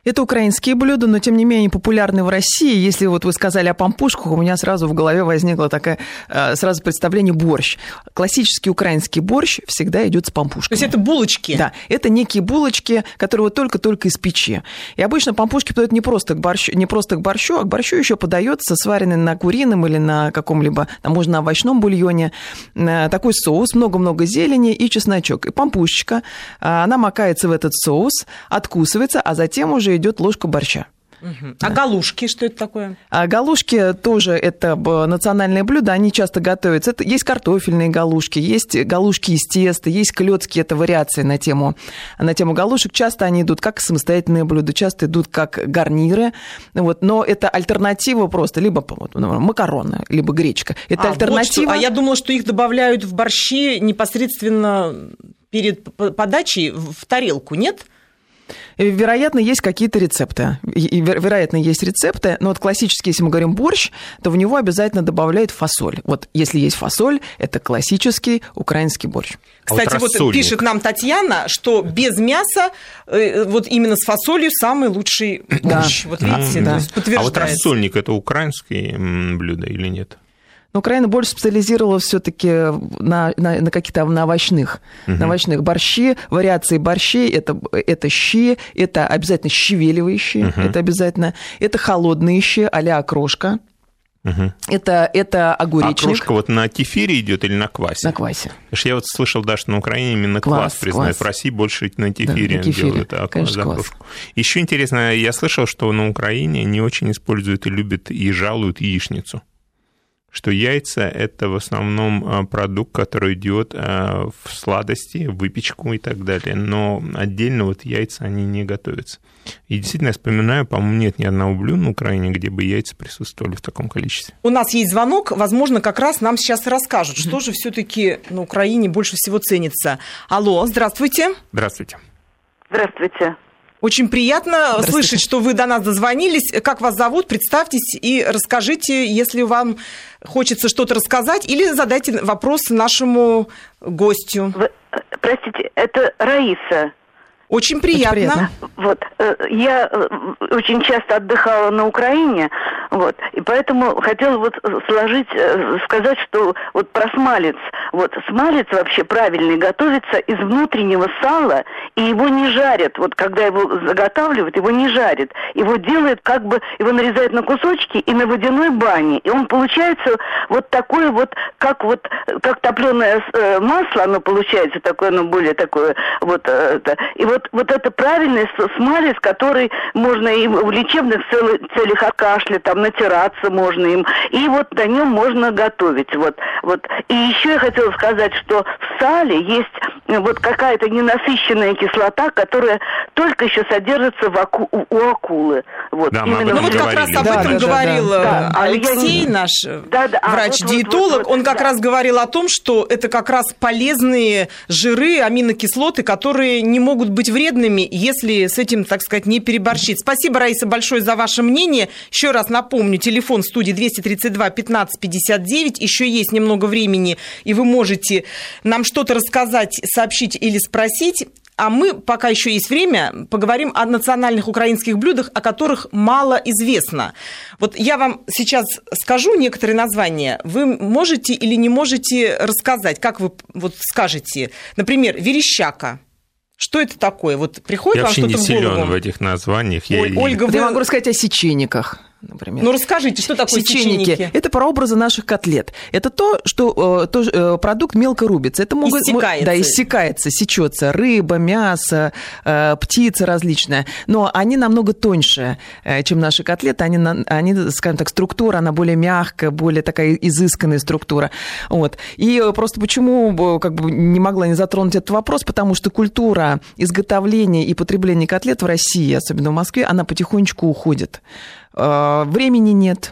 Это украинские блюда, но, тем не менее, популярны в России. Если вот вы сказали о пампушках, у меня сразу в голове возникло такое сразу представление борщ. Классический украинский борщ всегда идет с пампушками. То есть это булочки? Да, это некие булочки, которые вот только-только из печи. И обычно пампушки подают не просто к борщу, не просто к борщу, а к борщу еще подается сваренный на курином или на каком-либо, там, можно на овощном бульоне, такой соус, много-много зелени и чесночок. И пампушечка, она макается в этот соус, откусывается, а затем уже идет ложка борща. Угу. А да. галушки, что это такое? А галушки тоже это национальное блюдо, они часто готовятся. Это, есть картофельные галушки, есть галушки из теста, есть клёцки, это вариации на тему, на тему галушек. Часто они идут как самостоятельные блюда, часто идут как гарниры. Вот, но это альтернатива просто, либо вот, макароны, либо гречка. Это а, альтернатива. Вот а я думала, что их добавляют в борщи непосредственно перед подачей в тарелку, нет? Вероятно, есть какие-то рецепты. И, вероятно, есть рецепты, но вот классический, если мы говорим борщ, то в него обязательно добавляют фасоль. Вот если есть фасоль, это классический украинский борщ. Кстати, а вот, вот пишет нам Татьяна, что без мяса, вот именно с фасолью самый лучший борщ. Да. Вот видите, да. то есть подтверждается. А вот рассольник – это украинское блюдо или нет? Но Украина больше специализировалась все-таки на, на, на каких-то на овощных, uh-huh. на овощных борщи, вариации борщей. Это, это щи, это обязательно щавелевые щи, uh-huh. это обязательно. Это холодные щи а-ля окрошка. Uh-huh. Это, это огуречник. А окрошка вот на кефире идет или на квасе? На квасе. Потому что я вот слышал даже, что на Украине именно квас, квас признают. В России больше на кефире, да, на кефире. делают а, Конечно, окрошку. Еще интересно, я слышал, что на Украине не очень используют и любят и жалуют яичницу. Что яйца – это в основном продукт, который идет в сладости, в выпечку и так далее. Но отдельно вот яйца, они не готовятся. И действительно, я вспоминаю, по-моему, нет ни одного блюда на Украине, где бы яйца присутствовали в таком количестве. У нас есть звонок, возможно, как раз нам сейчас расскажут, что же все-таки на Украине больше всего ценится. Алло, здравствуйте. Здравствуйте. Здравствуйте. Очень приятно слышать, что вы до нас дозвонились. Как вас зовут? Представьтесь и расскажите, если вам хочется что-то рассказать, или задайте вопрос нашему гостю. Вы, простите, это Раиса. Очень приятно. Очень приятно. Вот, я очень часто отдыхала на Украине, вот, и поэтому хотела вот сложить, сказать, что вот про смалец. Вот смалец вообще правильный готовится из внутреннего сала, и его не жарят. Вот когда его заготавливают, его не жарят. Его делают, как бы, его нарезают на кусочки и на водяной бане. И он получается вот такой вот, как вот, как топленое масло, оно получается такое, оно более такое, вот, и вот Вот, вот это правильный смалец, который можно и в лечебных целях от кашля, там, натираться можно им, и вот на нем можно готовить. Вот, вот. И еще я хотела сказать, что в сале есть вот какая-то ненасыщенная кислота, которая только еще содержится в аку, у акулы. Вот, да, именно ну вот как раз об да, этом да, говорил да, да. Алексей, Я... наш да, да. врач-диетолог. Вот, вот, вот, Он как да. раз говорил о том, что это как раз полезные жиры, аминокислоты, которые не могут быть вредными, если с этим, так сказать, не переборщить. Спасибо, Раиса, большое за ваше мнение. Еще раз напомню, телефон в студии двести тридцать два пятнадцать пятьдесят девять. Еще есть немного времени, и вы можете нам что-то рассказать, сообщить или спросить. А мы, пока еще есть время, поговорим о национальных украинских блюдах, о которых мало известно. Вот я вам сейчас скажу некоторые названия. Вы можете или не можете рассказать, как вы вот скажете? Например, верещака. Что это такое? Вот приходит я вам что-то в голову? Я вообще не силен в этих названиях. Оль, я... Ольга, вы... Я могу рассказать о сеченниках. Например. Ну, расскажите, что такое сеченники? сеченники? Это прообразы наших котлет. Это то, что то, продукт мелко рубится. Это могут, иссякается. Да, иссякается, сечется. Рыба, мясо, птица различная. Но они намного тоньше, чем наши котлеты. Они, они, скажем так, структура, она более мягкая, более такая изысканная структура. Вот. И просто почему как бы не могла не затронуть этот вопрос, потому что культура изготовления и потребления котлет в России, особенно в Москве, она потихонечку уходит. Времени нет.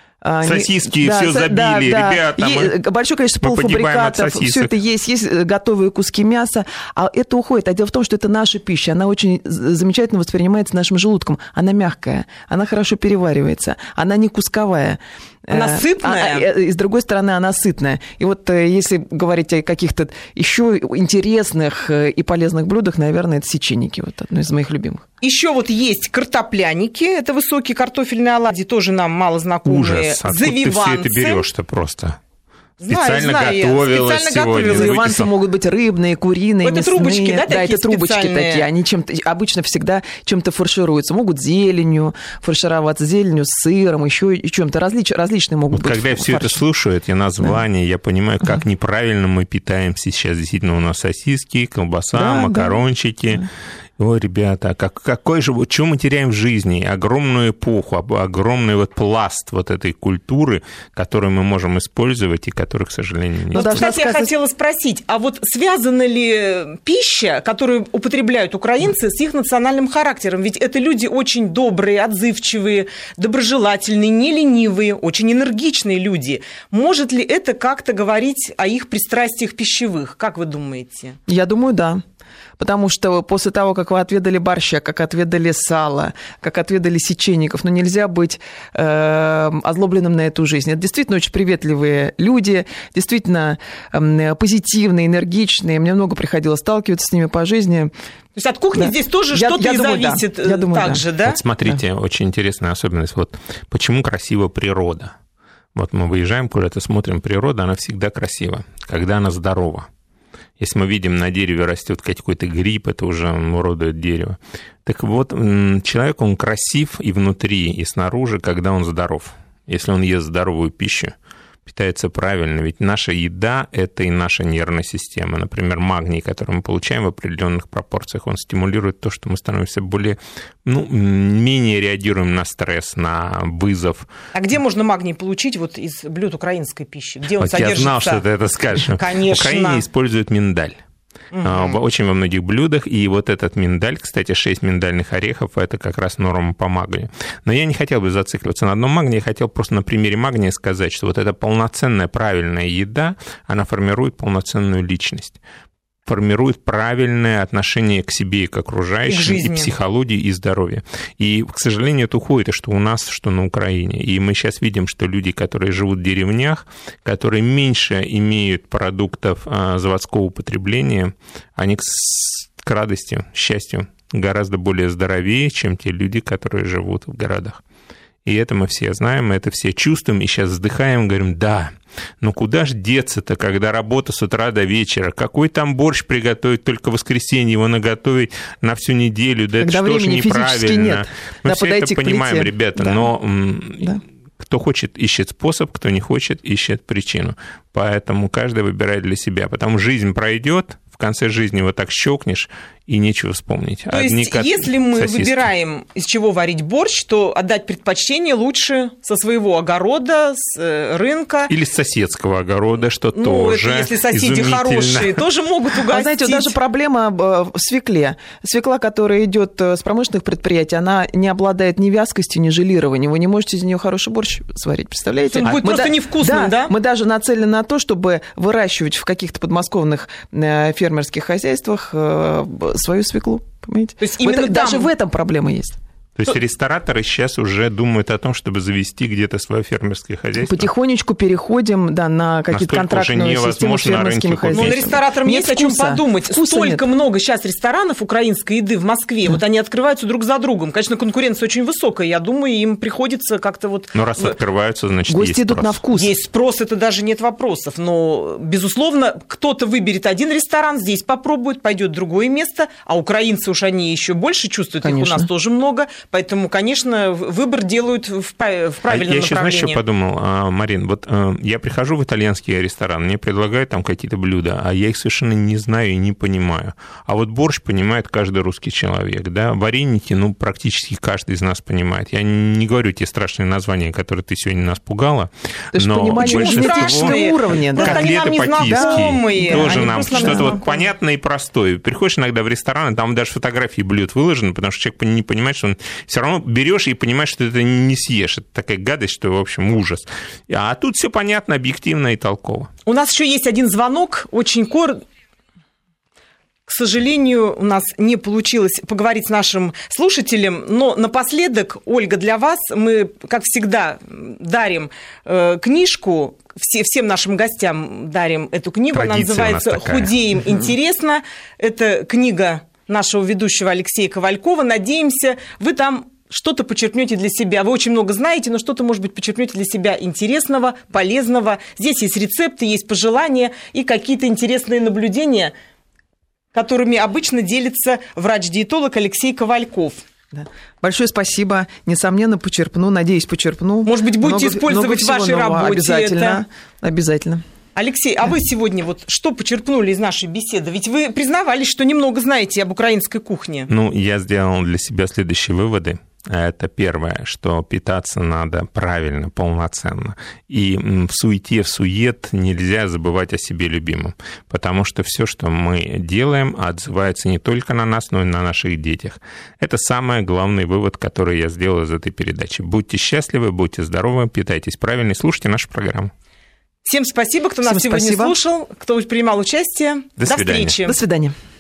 Сосиски, да, все забили, да, да. ребята. Мы, большое количество мы полуфабрикатов, все это есть, есть готовые куски мяса, а это уходит. А дело в том, что это наша пища, она очень замечательно воспринимается нашим желудком. Она мягкая, она хорошо переваривается, она не кусковая. Она сытная. А, и с другой стороны, она сытная. И вот если говорить о каких-то еще интересных и полезных блюдах, наверное, это сеченики, вот одно из моих любимых. Еще вот есть картопляники, это высокие картофельные оладьи, тоже нам мало знакомые. Ужас, откуда ты все это берешь-то просто? Специально знаю, готовилась специально сегодня. Завиванцы могут быть рыбные, куриные, это мясные. трубочки, да, да, такие это трубочки специальные? такие. Они чем-то, обычно всегда чем-то фаршируются. Могут зеленью фаршироваться, зеленью, с сыром, еще и чем-то. Различ, различные могут вот быть. Когда я все это слушаю, эти названия, да. я понимаю, как uh-huh. неправильно мы питаемся сейчас. Действительно, у нас сосиски, колбаса, да, макарончики. Да. Ой, ребята, как, какой же, вот что мы теряем в жизни? Огромную эпоху, огромный вот пласт вот этой культуры, которую мы можем использовать и которую, к сожалению, нет. Вот, кстати, сказать... я хотела спросить, а вот связана ли пища, которую употребляют украинцы, с их национальным характером? Ведь это люди очень добрые, отзывчивые, доброжелательные, не ленивые, очень энергичные люди. Может ли это как-то говорить о их пристрастиях пищевых? Как вы думаете? Я думаю, да. Потому что после того, как вы отведали борща, как отведали сало, как отведали сеченников, ну, нельзя быть э, озлобленным на эту жизнь. Это действительно очень приветливые люди, действительно э, позитивные, энергичные. Мне много приходилось сталкиваться с ними по жизни. То есть от кухни да. здесь тоже я, что-то я и думаю, зависит да. я думаю, так да. же, да? Вот смотрите, да. очень интересная особенность. Вот почему красива природа? Вот мы выезжаем куда-то, смотрим природу, она всегда красива, когда она здорова. Если мы видим, на дереве растет какой-то гриб, это уже уродует дерево. Так вот, человек, он красив и внутри, и снаружи, когда он здоров. Если он ест здоровую пищу, питается правильно. Ведь наша еда – это и наша нервная система. Например, магний, который мы получаем в определенных пропорциях, он стимулирует то, что мы становимся более, ну, менее реагируем на стресс, на вызов. А где можно магний получить вот из блюд украинской пищи? Где он вот содержится? Я знал, что ты это скажешь. Конечно. В Украине используют миндаль. Угу. Очень во многих блюдах, и вот этот миндаль, кстати, шесть миндальных орехов, это как раз норма по магнию. Но я не хотел бы зацикливаться на одном магнии, я хотел просто на примере магния сказать, что вот эта полноценная, правильная еда, она формирует полноценную личность, формирует правильное отношение к себе и к окружающим, и, и психологии, и здоровью. И, к сожалению, это уходит, и что у нас, что на Украине. И мы сейчас видим, что люди, которые живут в деревнях, которые меньше имеют продуктов заводского употребления, они к, к радости, счастью, гораздо более здоровее, чем те люди, которые живут в городах. И это мы все знаем, мы это все чувствуем, и сейчас вздыхаем, говорим, да, но куда ж деться-то, когда работа с утра до вечера? Какой там борщ приготовить, только в воскресенье его наготовить на всю неделю? Да когда это тоже неправильно. Нет. Мы да, все это понимаем, ребята, да. но да. кто хочет, ищет способ, кто не хочет, ищет причину. Поэтому каждый выбирает для себя, потому что жизнь пройдет, в конце жизни вот так щелкнешь, и нечего вспомнить. То Одни есть, если мы сосиски. выбираем, из чего варить борщ, то отдать предпочтение лучше со своего огорода, с рынка. Или с соседского огорода, что ну, тоже это если соседи хорошие, тоже могут угостить. А знаете, даже проблема в свекле. Свекла, которая идет с промышленных предприятий, она не обладает ни вязкостью, ни желированием. Вы не можете из нее хороший борщ сварить, представляете? Он будет мы просто да, невкусным, да, да? Мы даже нацелены на то, чтобы выращивать в каких-то подмосковных фермерских хозяйствах свою свеклу, понимаете? То есть именно в этом, там... Даже в этом проблема есть. То есть рестораторы сейчас уже думают о том, чтобы завести где-то свое фермерское хозяйство? Потихонечку переходим, да, на какие-то контрактные системы с фермерскими хозяйствами. Ну, рестораторам есть о чем подумать. Вкуса Столько нет. много сейчас ресторанов украинской еды в Москве, да. вот они открываются друг за другом. Конечно, конкуренция очень высокая, я думаю, им приходится как-то вот... Ну, раз открываются, значит, гости есть идут спрос. на вкус. Есть спрос, это даже нет вопросов, но, безусловно, кто-то выберет один ресторан, здесь попробует, пойдет в другое место, а украинцы уж они еще больше чувствуют, Конечно. их у нас тоже много, поэтому, конечно, выбор делают в правильном а я направлении. Я еще, знаешь, что подумал, Марин? Вот я прихожу в итальянский ресторан, мне предлагают там какие-то блюда, а я их совершенно не знаю и не понимаю. А вот борщ понимает каждый русский человек, да? Вареники, ну, практически каждый из нас понимает. Я не говорю те страшные названия, которые ты сегодня нас пугала, то есть но большинство уровня, да? Котлеты по-киевски тоже они нам что-то вот понятное и простое. Приходишь иногда в ресторан, и там даже фотографии блюд выложены, потому что человек не понимает, что он все равно берешь и понимаешь, что ты это не съешь. Это такая гадость, что, в общем, ужас. А тут все понятно, объективно и толково. У нас еще есть один звонок, очень коротко. К сожалению, у нас не получилось поговорить с нашим слушателем, но напоследок, Ольга, для вас мы, как всегда, дарим э, книжку, все, всем нашим гостям дарим эту книгу. Традиция. Она называется «Худеем интересно». Это книга нашего ведущего Алексея Ковалькова. Надеемся, вы там что-то почерпнете для себя. Вы очень много знаете, но что-то, может быть, почерпнете для себя интересного, полезного. Здесь есть рецепты, есть пожелания и какие-то интересные наблюдения, которыми обычно делится врач-диетолог Алексей Ковальков. Да. Большое спасибо. Несомненно, почерпну. Надеюсь, почерпну. Может быть, будете много, использовать много в вашей нового. работе Обязательно. это. Обязательно. Алексей, а да. вы сегодня вот что почерпнули из нашей беседы? Ведь вы признавались, что немного знаете об украинской кухне. Ну, я сделал для себя следующие выводы. Это первое, что питаться надо правильно, полноценно. И в суете, в сует нельзя забывать о себе любимом, потому что все, что мы делаем, отзывается не только на нас, но и на наших детях. Это самый главный вывод, который я сделал из этой передачи. Будьте счастливы, будьте здоровы, питайтесь правильно и слушайте нашу программу. Всем спасибо, кто Всем нас сегодня спасибо. слушал, кто принимал участие. До До свидания. встречи. До свидания.